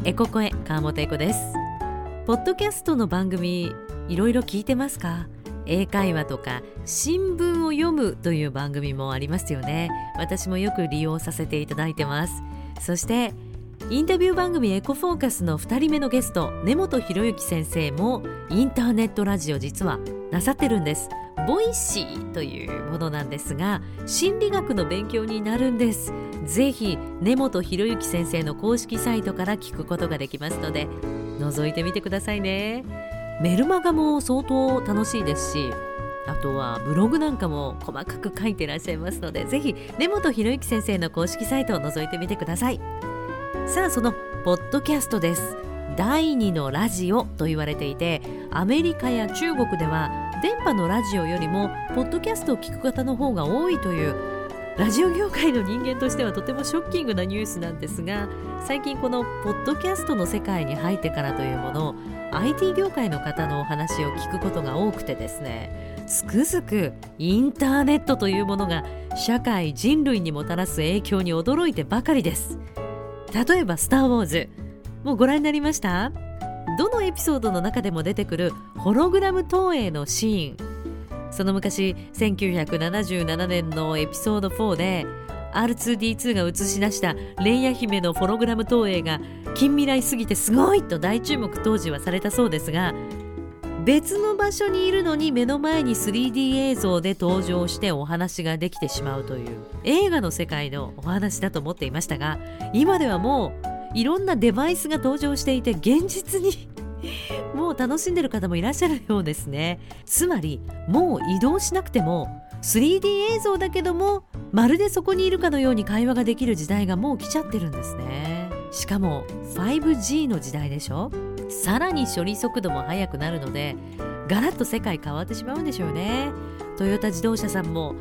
エコ声川本エコです。ポッドキャストの番組いろいろ聞いてますか？英会話とか新聞を読むという番組もありますよね。私もよく利用させていただいてます。そしてインタビュー番組エコフォーカスの2人目のゲスト根本博之先生もインターネットラジオ実はなさってるんです。ボイシーというものなんですが、心理学の勉強になるんです。ぜひ根本博之先生の公式サイトから聞くことができますので覗いてみてくださいね。メルマガも相当楽しいですし、あとはブログなんかも細かく書いてらっしゃいますので、ぜひ根本博之先生の公式サイトを覗いてみてください。さあ、そのポッドキャストです。第2のラジオと言われていて、アメリカや中国では電波のラジオよりもポッドキャストを聞く方の方が多いという、ラジオ業界の人間としてはとてもショッキングなニュースなんですが、最近このポッドキャストの世界に入ってからというもの、IT 業界の方のお話を聞くことが多くてですね、つくづくインターネットというものが社会人類にもたらす影響に驚いてばかりです。例えばスターウォーズ、もうご覧になりました？どのエピソードの中でも出てくるホログラム投影のシーン、その昔1977年のエピソード4で R2D2 が映し出したレイヤ姫のホログラム投影が近未来すぎてすごいと大注目当時はされたそうですが、別の場所にいるのに目の前に 3D 映像で登場してお話ができてしまうという映画の世界のお話だと思っていましたが、今ではもういろんなデバイスが登場していて現実にもう楽しんでる方もいらっしゃるようですね。つまりもう移動しなくても 3D 映像だけどもまるでそこにいるかのように会話ができる時代がもう来ちゃってるんですね。しかも 5G の時代でしょ。さらに処理速度も速くなるのでガラッと世界変わってしまうんでしょうね。トヨタ自動車さんも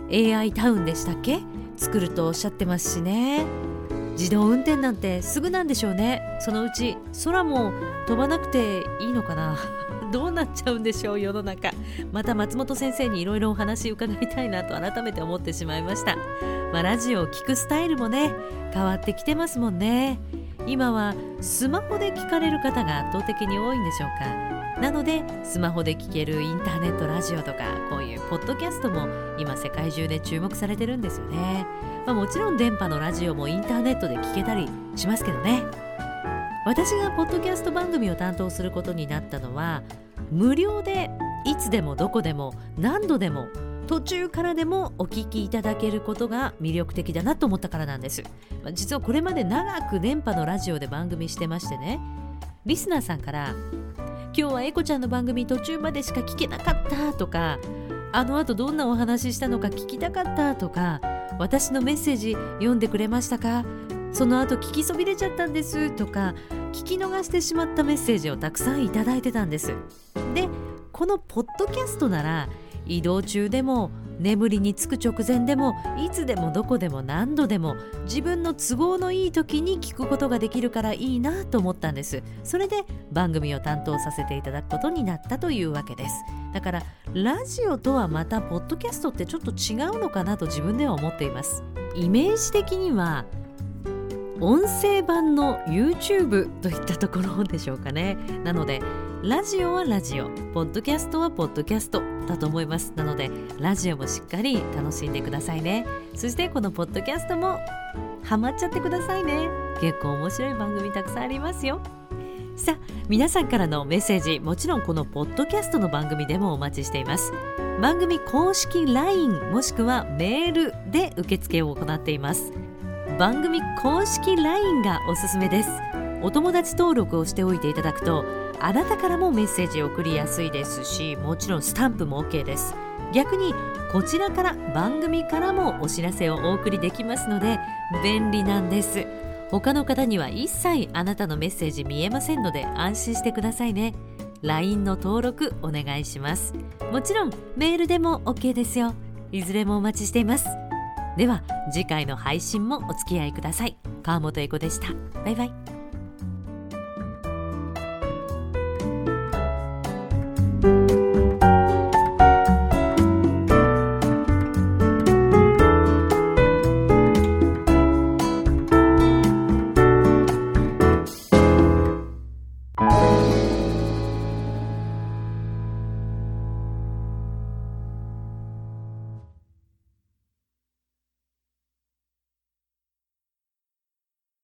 AI タウンでしたっけ作るとおっしゃってますしね。自動運転なんてすぐなんでしょうね。そのうち空も飛ばなくていいのかなどうなっちゃうんでしょう世の中。また松本先生にいろいろお話伺いたいなと改めて思ってしまいました。ラジオを聞くスタイルもね変わってきてますもんね。今はスマホで聞かれる方が圧倒的に多いんでしょうか。なのでスマホで聞けるインターネットラジオとかこういうポッドキャストも今世界中で注目されてるんですよね。もちろん電波のラジオもインターネットで聞けたりしますけどね。私がポッドキャスト番組を担当することになったのは、無料でいつでもどこでも何度でも途中からでもお聞きいただけることが魅力的だなと思ったからなんです。実はこれまで長く電波のラジオで番組してましてね、リスナーさんから今日はエコちゃんの番組途中までしか聞けなかったとか、あの後どんなお話ししたのか聞きたかったとか、私のメッセージ読んでくれましたか、その後聞きそびれちゃったんですとか、聞き逃してしまったメッセージをたくさんいただいてたんです。で、このポッドキャストなら移動中でも眠りにつく直前でもいつでもどこでも何度でも自分の都合のいい時に聞くことができるからいいなと思ったんです。それで番組を担当させていただくことになったというわけです。だからラジオとはまたポッドキャストってちょっと違うのかなと自分では思っています。イメージ的には音声版の YouTube といったところでしょうかね。なのでラジオはラジオ、ポッドキャストはポッドキャストだと思います。なのでラジオもしっかり楽しんでくださいね。そしてこのポッドキャストもハマっちゃってくださいね。結構面白い番組たくさんありますよ。さあ、皆さんからのメッセージ、もちろんこのポッドキャストの番組でもお待ちしています。番組公式 LINE もしくはメールで受付を行っています。番組公式 LINE がおすすめです。お友達登録をしておいていただくとあなたからもメッセージを送りやすいですし、もちろんスタンプも OK です。逆にこちらから番組からもお知らせをお送りできますので便利なんです。他の方には一切あなたのメッセージ見えませんので安心してくださいね。 LINE の登録お願いします。もちろんメールでも OK ですよ。いずれもお待ちしています。では次回の配信もお付き合いください。川本恵子でした。バイバイ。